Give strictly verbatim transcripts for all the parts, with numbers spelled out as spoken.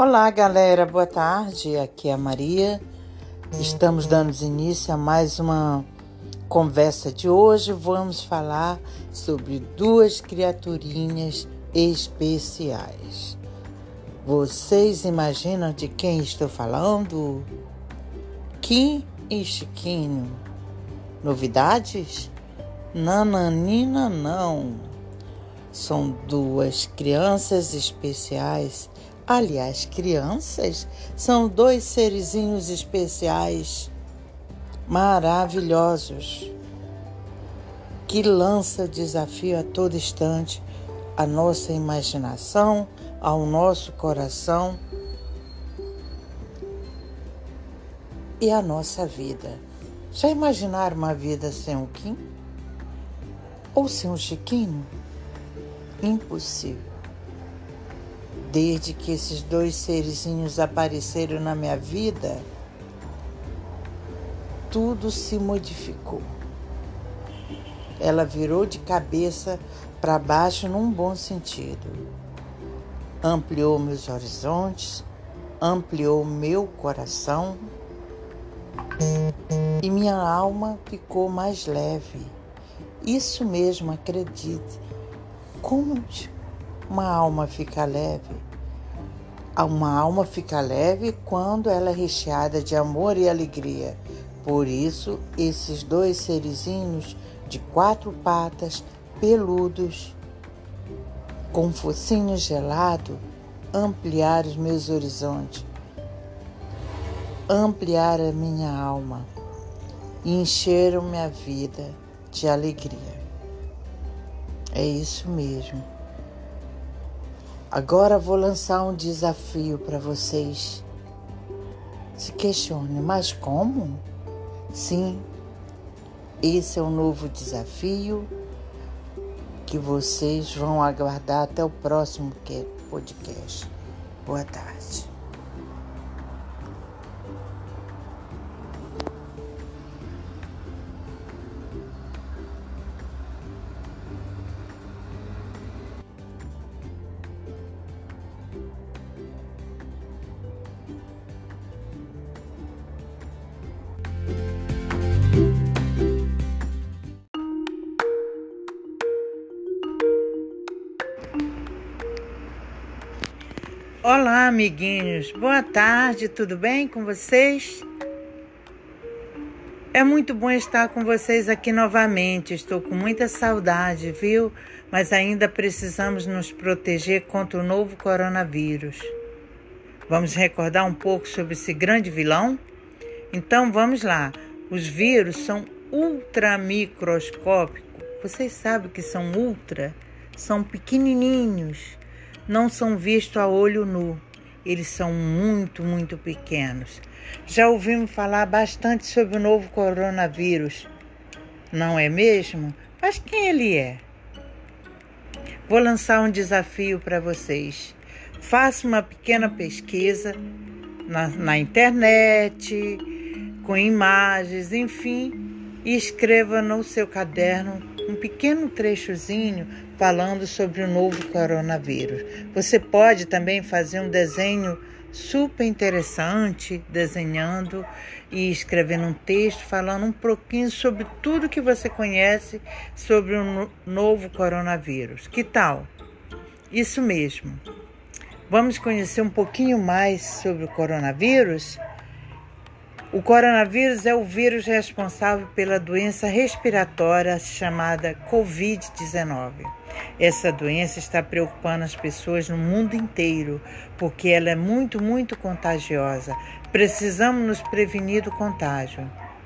Olá, galera, boa tarde. Aqui é a Maria. Estamos dando início a mais uma conversa de hoje. Vamos falar sobre duas criaturinhas especiais. Vocês imaginam de quem estou falando? Kim e Chiquinho. Novidades? Nananina não. São duas crianças especiais. Aliás, crianças são dois serizinhos especiais, maravilhosos, que lançam desafio a todo instante à nossa imaginação, ao nosso coração e à nossa vida. Já imaginaram uma vida sem o Kim? Ou sem o Chiquinho? Impossível. Desde que esses dois serizinhos apareceram na minha vida, tudo se modificou. Ela virou de cabeça para baixo num bom sentido. Ampliou meus horizontes, ampliou meu coração e minha alma ficou mais leve. Isso mesmo, acredite. Como uma alma fica leve? Uma alma fica leve quando ela é recheada de amor e alegria. Por isso, esses dois serizinhos de quatro patas, peludos, com focinho gelado, ampliaram os meus horizontes, ampliaram a minha alma e encheram minha vida de alegria. É isso mesmo. Agora vou lançar um desafio para vocês. Se questione, mas como? Sim, esse é um novo desafio que vocês vão aguardar até o próximo podcast. Boa tarde. Olá, amiguinhos. Boa tarde, tudo bem com vocês? É muito bom estar com vocês aqui novamente. Estou com muita saudade, viu? Mas ainda precisamos nos proteger contra o novo coronavírus. Vamos recordar um pouco sobre esse grande vilão? Então, vamos lá. Os vírus são ultramicroscópicos. Vocês sabem que são ultra? São pequenininhos. Não são vistos a olho nu. Eles são muito, muito pequenos. Já ouvimos falar bastante sobre o novo coronavírus, não é mesmo? Mas quem ele é? Vou lançar um desafio para vocês. Faça uma pequena pesquisa na, na internet, com imagens, enfim, e escreva no seu caderno um pequeno trechozinho falando sobre o novo coronavírus. Você pode também fazer um desenho super interessante, desenhando e escrevendo um texto, falando um pouquinho sobre tudo que você conhece sobre o novo coronavírus. Que tal? Isso mesmo. Vamos conhecer um pouquinho mais sobre o coronavírus? O coronavírus é o vírus responsável pela doença respiratória chamada covid dezenove. Essa doença está preocupando as pessoas no mundo inteiro, porque ela é muito, muito contagiosa. Precisamos nos prevenir do contágio.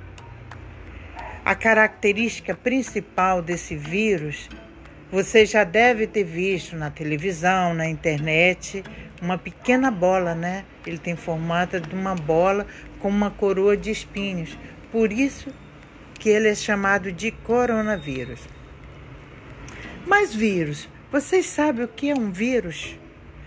A característica principal desse vírus, você já deve ter visto na televisão, na internet, uma pequena bola, né? Ele tem formato de uma bola com uma coroa de espinhos. Por isso que ele é chamado de coronavírus. Mas vírus, vocês sabem o que é um vírus?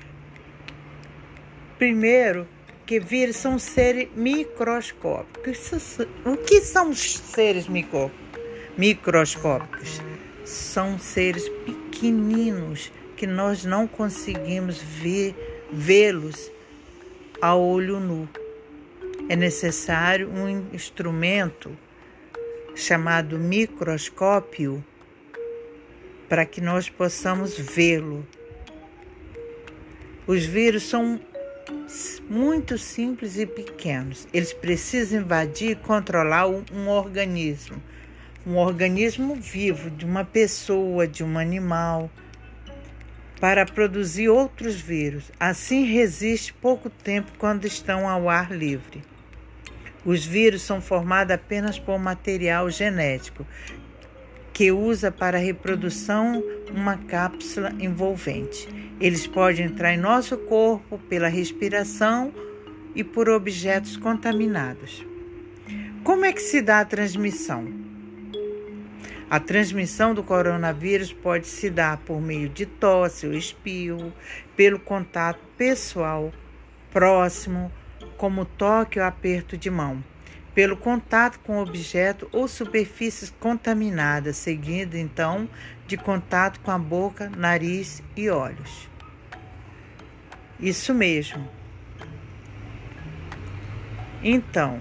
Primeiro, que vírus são seres microscópicos. O que são os seres micro, microscópicos? São seres pequeninos que nós não conseguimos ver, vê-los a olho nu. É necessário um instrumento chamado microscópio para que nós possamos vê-lo. Os vírus são muito simples e pequenos. Eles precisam invadir e controlar um organismo. Um organismo vivo, de uma pessoa, de um animal, para produzir outros vírus. Assim resiste pouco tempo quando estão ao ar livre. Os vírus são formados apenas por material genético, que usa para a reprodução uma cápsula envolvente. Eles podem entrar em nosso corpo pela respiração e por objetos contaminados. Como é que se dá a transmissão? A transmissão do coronavírus pode se dar por meio de tosse ou espirro, pelo contato pessoal próximo, como toque ou aperto de mão, pelo contato com objeto ou superfícies contaminadas, seguido então de contato com a boca, nariz e olhos. Isso mesmo. Então,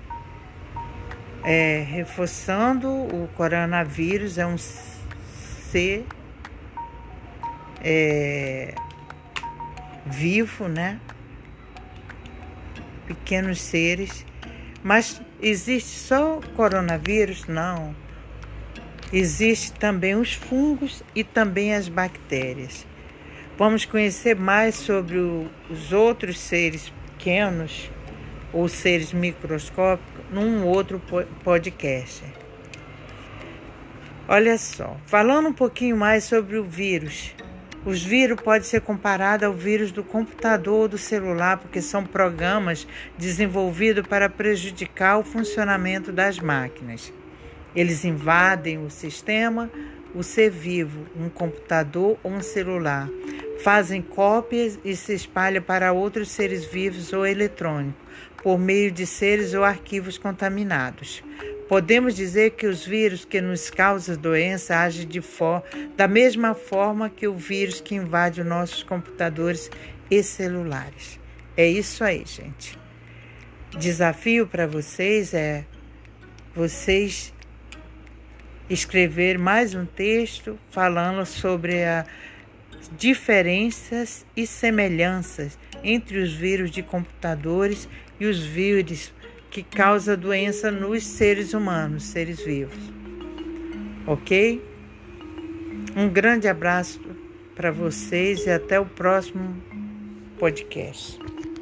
é, reforçando, o coronavírus é um ser é, vivo, né? Pequenos seres. Mas existe só o coronavírus? Não. Existe também os fungos e também as bactérias. Vamos conhecer mais sobre o, os outros seres pequenos ou seres microscópicos num outro podcast. Olha só, falando um pouquinho mais sobre o vírus. Os vírus podem ser comparados ao vírus do computador ou do celular, porque são programas desenvolvidos para prejudicar o funcionamento das máquinas. Eles invadem o sistema, o ser vivo, um computador ou um celular, fazem cópias e se espalham para outros seres vivos ou eletrônicos, por meio de seres ou arquivos contaminados. Podemos dizer que os vírus que nos causam doença agem de for- da mesma forma que o vírus que invade os nossos computadores e celulares. É isso aí, gente. Desafio para vocês é vocês escrever mais um texto falando sobre as diferenças e semelhanças entre os vírus de computadores e os vírus que causam doença nos seres humanos, seres vivos. Ok? Um grande abraço para vocês e até o próximo podcast.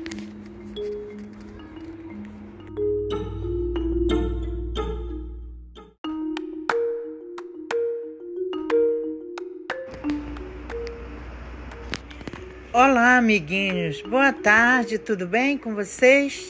Olá, amiguinhos. Boa tarde, tudo bem com vocês?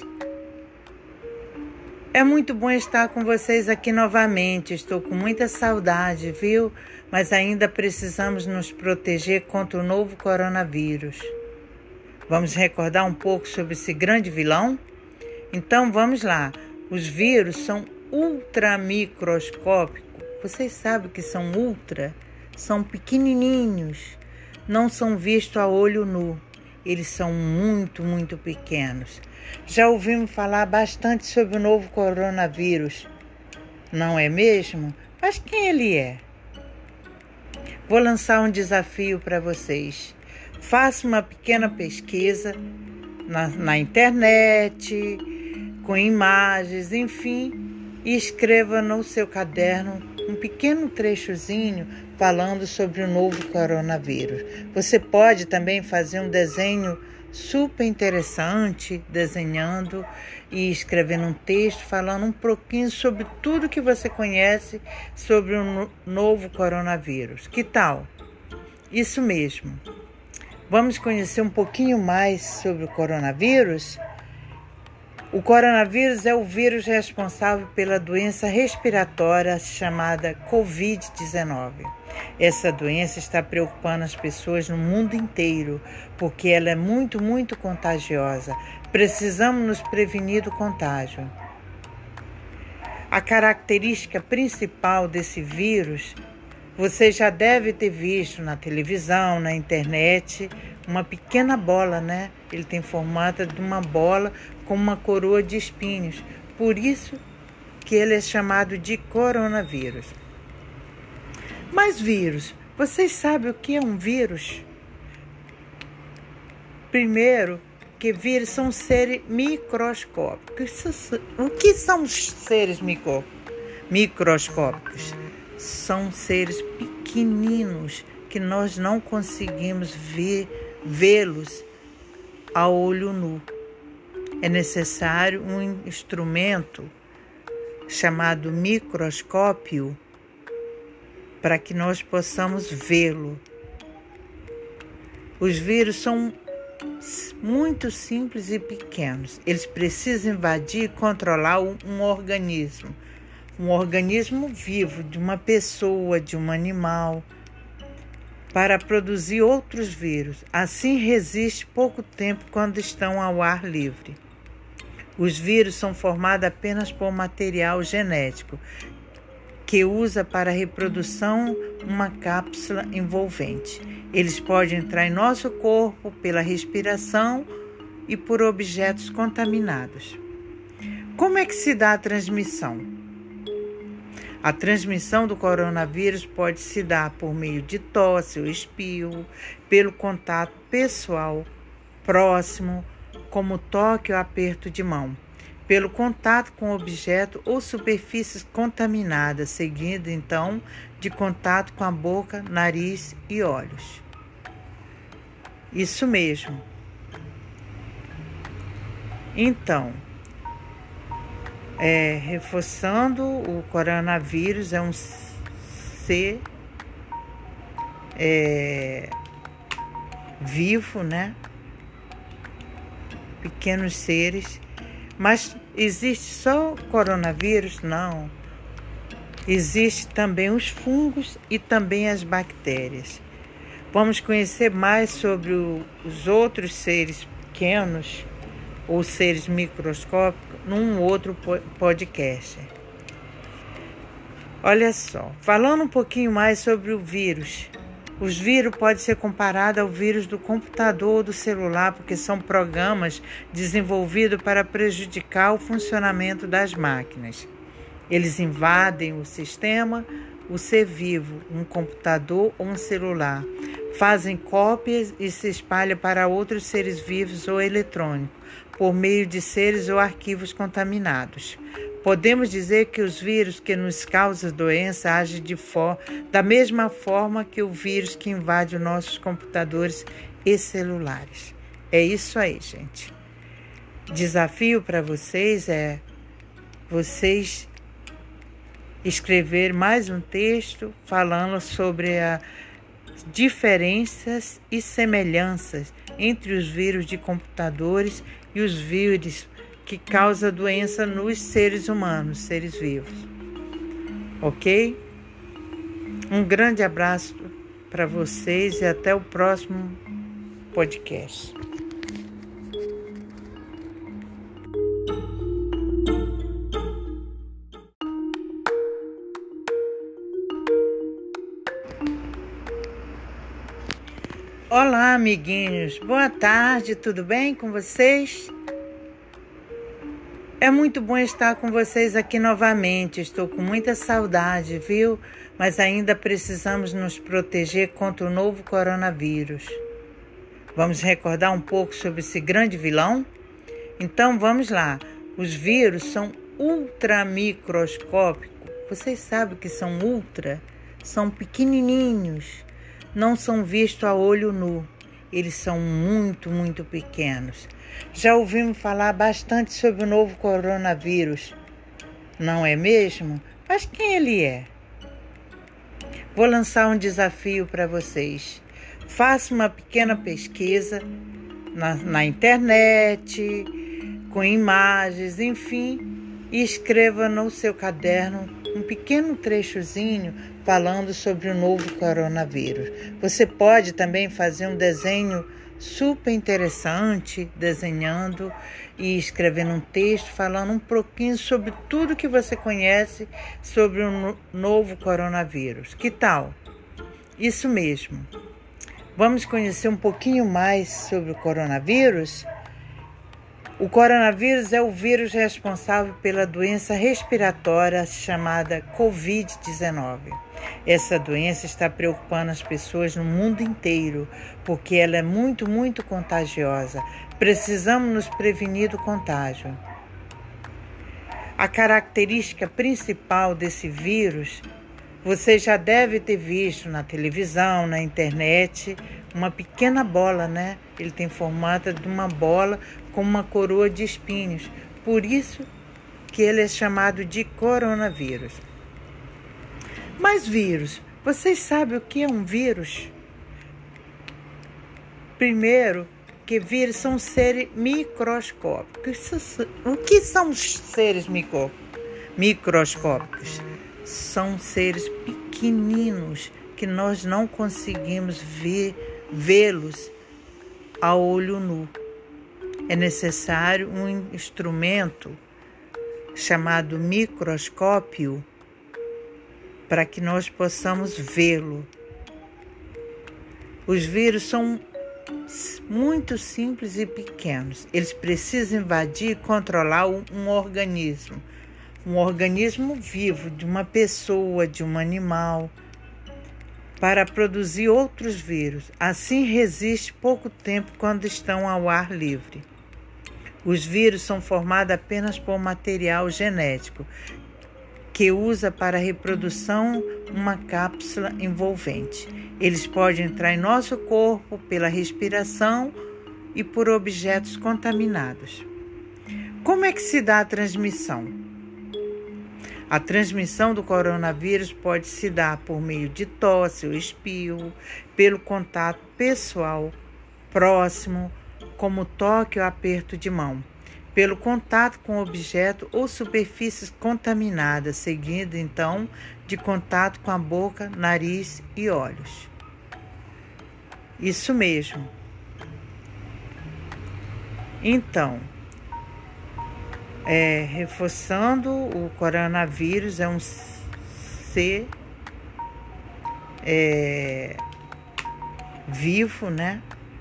É muito bom estar com vocês aqui novamente. Estou com muita saudade, viu? Mas ainda precisamos nos proteger contra o novo coronavírus. Vamos recordar um pouco sobre esse grande vilão? Então, vamos lá. Os vírus são ultramicroscópicos. Vocês sabem que são ultra? São pequenininhos. Não são vistos a olho nu. Eles são muito, muito pequenos. Já ouvimos falar bastante sobre o novo coronavírus, não é mesmo? Mas quem ele é? Vou lançar um desafio para vocês. Faça uma pequena pesquisa na, na internet, com imagens, enfim, e escreva no seu caderno um pequeno trechozinho falando sobre o novo coronavírus. Você pode também fazer um desenho super interessante, desenhando e escrevendo um texto, falando um pouquinho sobre tudo que você conhece sobre o novo coronavírus. Que tal? Isso mesmo. Vamos conhecer um pouquinho mais sobre o coronavírus? O coronavírus é o vírus responsável pela doença respiratória chamada covid dezenove. Essa doença está preocupando as pessoas no mundo inteiro, porque ela é muito, muito contagiosa. Precisamos nos prevenir do contágio. A característica principal desse vírus Você já deve ter visto na televisão, na internet, uma pequena bola, né? Ele tem formato de uma bola com uma coroa de espinhos. Por isso que ele é chamado de coronavírus. Mas vírus, vocês sabem o que é um vírus? Primeiro, que vírus são seres microscópicos. O que são os seres micro, microscópicos? São seres pequeninos que nós não conseguimos ver, vê-los a olho nu. É necessário um instrumento chamado microscópio para que nós possamos vê-lo. Os vírus são muito simples e pequenos. Eles precisam invadir e controlar um organismo. Um organismo vivo, de uma pessoa, de um animal, para produzir outros vírus. Assim resiste pouco tempo quando estão ao ar livre. Os vírus são formados apenas por material genético, que usa para a reprodução uma cápsula envolvente. Eles podem entrar em nosso corpo pela respiração e por objetos contaminados. Como é que se dá a transmissão? A transmissão do coronavírus pode se dar por meio de tosse ou espirro, pelo contato pessoal próximo, como toque ou aperto de mão, pelo contato com objeto ou superfícies contaminadas, seguindo então de contato com a boca, nariz e olhos. Isso mesmo. Então, é, reforçando, o coronavírus é um ser é, vivo, né? Pequenos seres. Mas existe só coronavírus? Não. Existe também os fungos e também as bactérias. Vamos conhecer mais sobre o, os outros seres pequenos ou seres microscópicos num outro podcast. Olha só, falando um pouquinho mais sobre o vírus. Os vírus podem ser comparados ao vírus do computador ou do celular, porque são programas desenvolvidos para prejudicar o funcionamento das máquinas. Eles invadem o sistema, o ser vivo, um computador ou um celular, fazem cópias e se espalham para outros seres vivos ou eletrônicos, por meio de seres ou arquivos contaminados. Podemos dizer que os vírus que nos causam doença agem de for- da mesma forma que o vírus que invade os nossos computadores e celulares. É isso aí, gente. Desafio para vocês é vocês escrever mais um texto falando sobre as diferenças e semelhanças entre os vírus de computadores e os vírus que causam doença nos seres humanos, seres vivos. Ok? Um grande abraço para vocês e até o próximo podcast. Olá, amiguinhos. Boa tarde, tudo bem com vocês? É muito bom estar com vocês aqui novamente. Estou com muita saudade, viu? Mas ainda precisamos nos proteger contra o novo coronavírus. Vamos recordar um pouco sobre esse grande vilão? Então, vamos lá. Os vírus são ultramicroscópicos. Vocês sabem que são ultra? São pequenininhos. Não são vistos a olho nu. Eles são muito, muito pequenos. Já ouvimos falar bastante sobre o novo coronavírus, não é mesmo? Mas quem ele é? Vou lançar um desafio para vocês. Faça uma pequena pesquisa na, na internet, com imagens, enfim, e escreva no seu caderno um pequeno trechozinho falando sobre o novo coronavírus. Você pode também fazer um desenho super interessante, desenhando e escrevendo um texto, falando um pouquinho sobre tudo que você conhece sobre o novo coronavírus. Que tal? Isso mesmo. Vamos conhecer um pouquinho mais sobre o coronavírus? O coronavírus é o vírus responsável pela doença respiratória chamada covid dezenove. Essa doença está preocupando as pessoas no mundo inteiro, porque ela é muito, muito contagiosa. Precisamos nos prevenir do contágio. A característica principal desse vírus, você já deve ter visto na televisão, na internet, uma pequena bola, né? Ele tem formato de uma bola com uma coroa de espinhos. Por isso que ele é chamado de coronavírus. Mas vírus, vocês sabem o que é um vírus? Primeiro, que vírus são seres microscópicos. O que são os seres micro, microscópicos? São seres pequeninos que nós não conseguimos ver, vê-los a olho nu. É necessário um instrumento chamado microscópio para que nós possamos vê-lo. Os vírus são muito simples e pequenos. Eles precisam invadir e controlar um organismo. Um organismo vivo, de uma pessoa, de um animal, para produzir outros vírus. Assim resiste pouco tempo quando estão ao ar livre. Os vírus são formados apenas por material genético, que usa para a reprodução uma cápsula envolvente. Eles podem entrar em nosso corpo pela respiração e por objetos contaminados. Como é que se dá a transmissão? A transmissão do coronavírus pode se dar por meio de tosse ou espirro, pelo contato pessoal próximo, como toque ou aperto de mão, pelo contato com objeto ou superfícies contaminadas, seguido então de contato com a boca, nariz e olhos. Isso mesmo. Então, É, reforçando, o coronavírus é um ser é, vivo, né?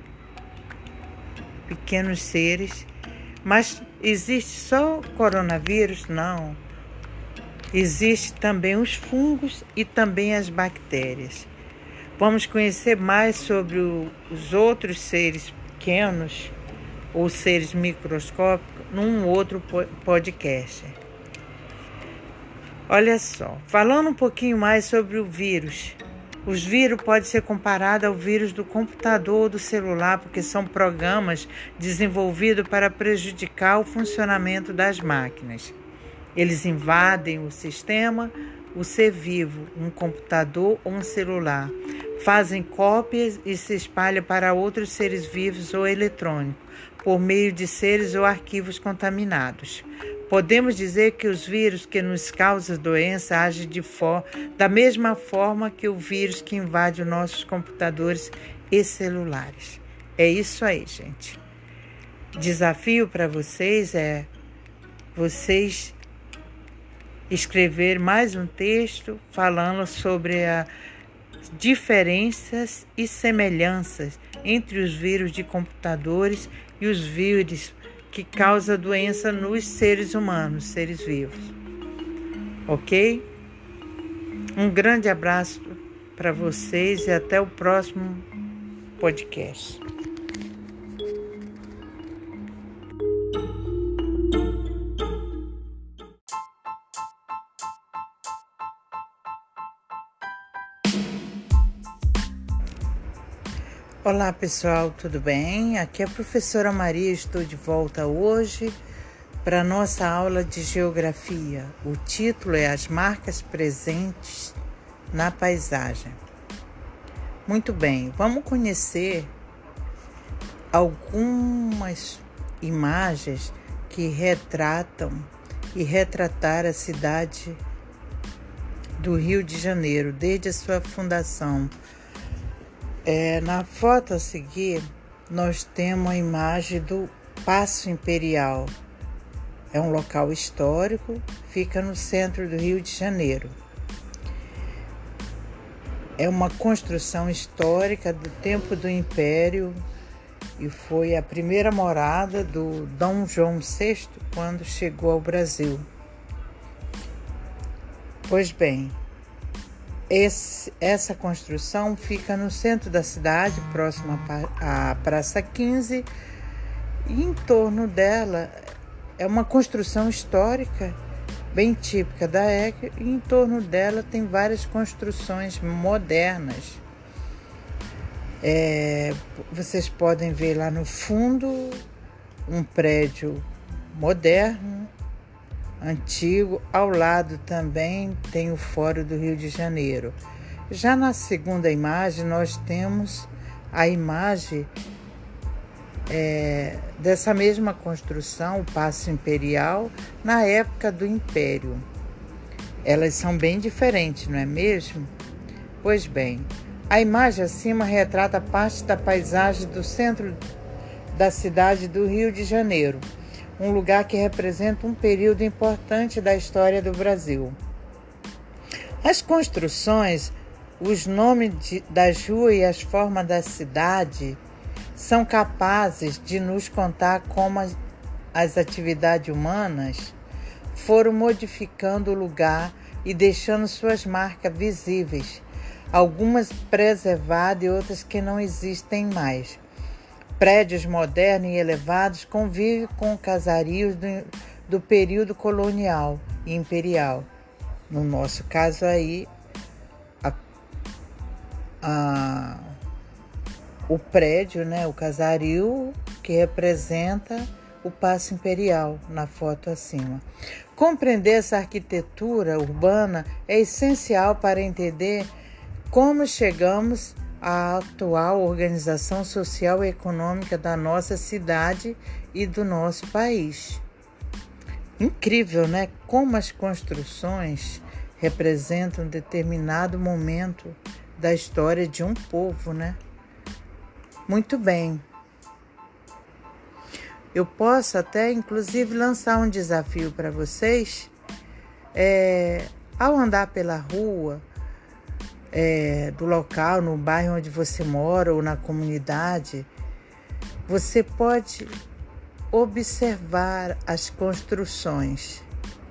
Pequenos seres. Mas existe só o coronavírus? Não. Existe também os fungos e também as bactérias. Vamos conhecer mais sobre o, os outros seres pequenos ou seres microscópicos num outro podcast. Olha só, falando um pouquinho mais sobre o vírus. Os vírus podem ser comparados ao vírus do computador ou do celular, porque são programas desenvolvidos para prejudicar o funcionamento das máquinas. Eles invadem o sistema, o ser vivo, um computador ou um celular, fazem cópias e se espalham para outros seres vivos ou eletrônicos, por meio de seres ou arquivos contaminados. Podemos dizer que os vírus que nos causam doença agem de for- da mesma forma que o vírus que invade os nossos computadores e celulares. É isso aí, gente. Desafio para vocês é vocês escrever mais um texto falando sobre as diferenças e semelhanças entre os vírus de computadores e os vírus que causam doença nos seres humanos, seres vivos. Ok? Um grande abraço para vocês e até o próximo podcast. Olá pessoal, tudo bem? Aqui é a professora Maria, estou de volta hoje para a nossa aula de geografia. O título é As Marcas Presentes na Paisagem. Muito bem, vamos conhecer algumas imagens que retratam e retratar a cidade do Rio de Janeiro, desde a sua fundação. É, na foto a seguir, nós temos a imagem do Paço Imperial. É um local histórico, fica no centro do Rio de Janeiro. É uma construção histórica do tempo do Império e foi a primeira morada do Dom João sexto quando chegou ao Brasil. Pois bem, esse, essa construção fica no centro da cidade, próxima à Praça quinze, e em torno dela é uma construção histórica bem típica da época, e em torno dela tem várias construções modernas. É, vocês podem ver lá no fundo um prédio moderno, antigo. Ao lado também tem o Fórum do Rio de Janeiro. Já na segunda imagem nós temos a imagem É, dessa mesma construção, o Paço Imperial, na época do Império. Elas são bem diferentes, não é mesmo? Pois bem, a imagem acima retrata parte da paisagem do centro da cidade do Rio de Janeiro, um lugar que representa um período importante da história do Brasil. As construções, os nomes de, das ruas e as formas da cidade são capazes de nos contar como as, as atividades humanas foram modificando o lugar e deixando suas marcas visíveis, algumas preservadas e outras que não existem mais. Prédios modernos e elevados convivem com casarios do, do período colonial e imperial. No nosso caso aí, a, a o prédio, né, o casario, que representa o Paço Imperial, na foto acima. Compreender essa arquitetura urbana é essencial para entender como chegamos à atual organização social e econômica da nossa cidade e do nosso país. Incrível, né? Como as construções representam um determinado momento da história de um povo, né? Muito bem. Eu posso até, inclusive, lançar um desafio para vocês. É, ao andar pela rua, é, do local, no bairro onde você mora ou na comunidade, você pode observar as construções,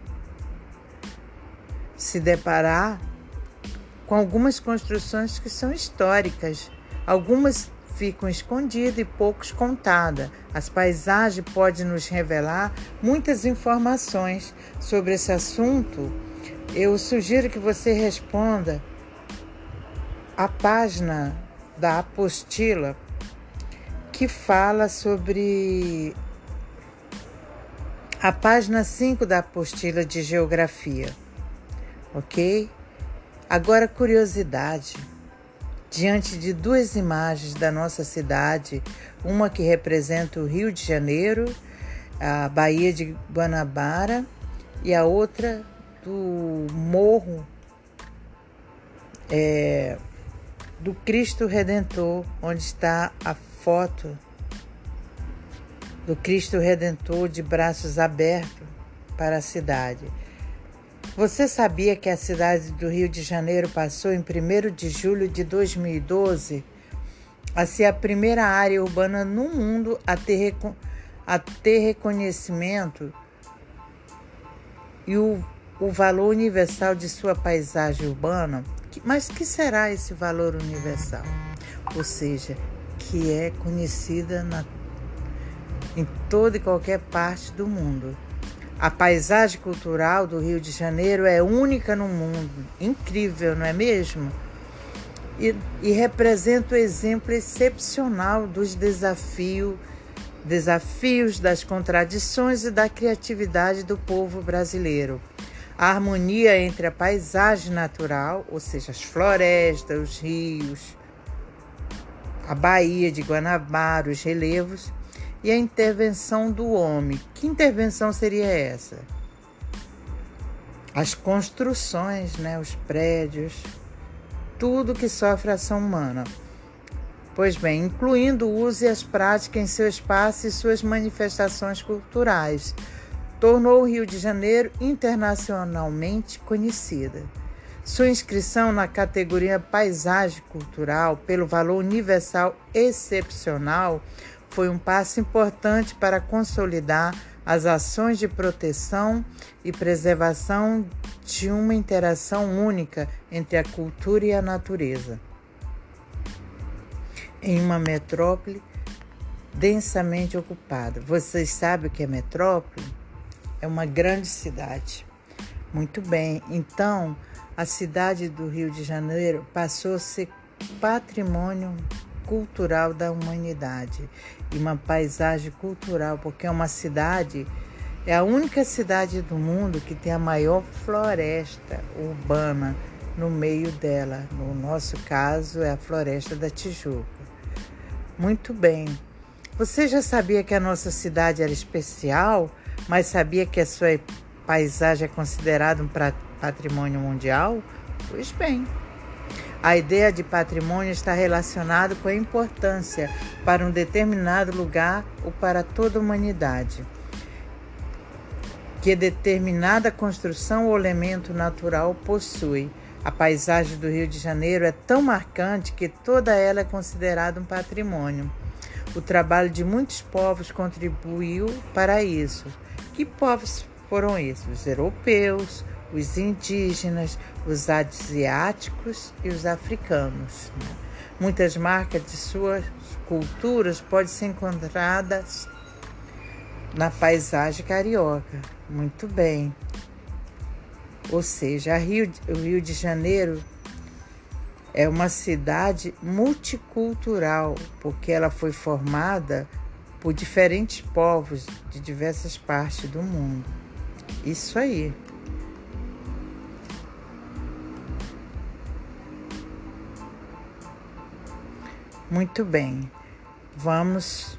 se deparar com algumas construções que são históricas, algumas ficam escondidas e poucos contadas. As paisagens podem nos revelar muitas informações sobre esse assunto. Eu sugiro que você responda a página da apostila que fala sobre a página cinco da apostila de geografia, ok? Agora, curiosidade. Diante de duas imagens da nossa cidade, uma que representa o Rio de Janeiro, a Baía de Guanabara, e a outra do Morro é, do Cristo Redentor, onde está a foto do Cristo Redentor de braços abertos para a cidade. Você sabia que a cidade do Rio de Janeiro passou em primeiro de julho de dois mil e doze a ser a primeira área urbana no mundo a ter, a ter reconhecimento e o, o valor universal de sua paisagem urbana? Mas que será esse valor universal? Ou seja, que é conhecida na, em toda e qualquer parte do mundo. A paisagem cultural do Rio de Janeiro é única no mundo, incrível, não é mesmo? E, e representa o exemplo excepcional dos desafios, desafios, das contradições e da criatividade do povo brasileiro. A harmonia entre a paisagem natural, ou seja, as florestas, os rios, a Baía de Guanabara, os relevos, e a intervenção do homem. Que intervenção seria essa? As construções, né? Os prédios, tudo que sofre a ação humana. Pois bem, incluindo o uso e as práticas em seu espaço e suas manifestações culturais, tornou o Rio de Janeiro internacionalmente conhecida. Sua inscrição na categoria Paisagem Cultural, pelo valor universal excepcional, foi um passo importante para consolidar as ações de proteção e preservação de uma interação única entre a cultura e a natureza. Em uma metrópole densamente ocupada. Vocês sabem o que é metrópole? É uma grande cidade. Muito bem, então a cidade do Rio de Janeiro passou a ser patrimônio cultural da humanidade e uma paisagem cultural, porque é uma cidade, é a única cidade do mundo que tem a maior floresta urbana no meio dela. No nosso caso, é a Floresta da Tijuca. Muito bem. Você já sabia que a nossa cidade era especial, mas sabia que a sua paisagem é considerada um patrimônio mundial? Pois bem. A ideia de patrimônio está relacionada com a importância para um determinado lugar ou para toda a humanidade, que determinada construção ou elemento natural possui. A paisagem do Rio de Janeiro é tão marcante que toda ela é considerada um patrimônio. O trabalho de muitos povos contribuiu para isso. Que povos foram esses? Os europeus, os indígenas, os asiáticos e os africanos. Muitas marcas de suas culturas podem ser encontradas na paisagem carioca. Muito bem. Ou seja, Rio, o Rio de Janeiro é uma cidade multicultural, porque ela foi formada por diferentes povos de diversas partes do mundo. Isso aí. Muito bem. Vamos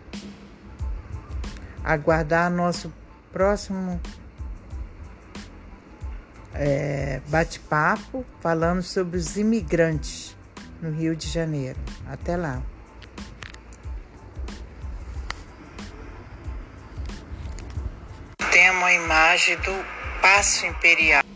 aguardar nosso próximo É, bate-papo falando sobre os imigrantes no Rio de Janeiro. Até lá. Temos a imagem do Paço Imperial.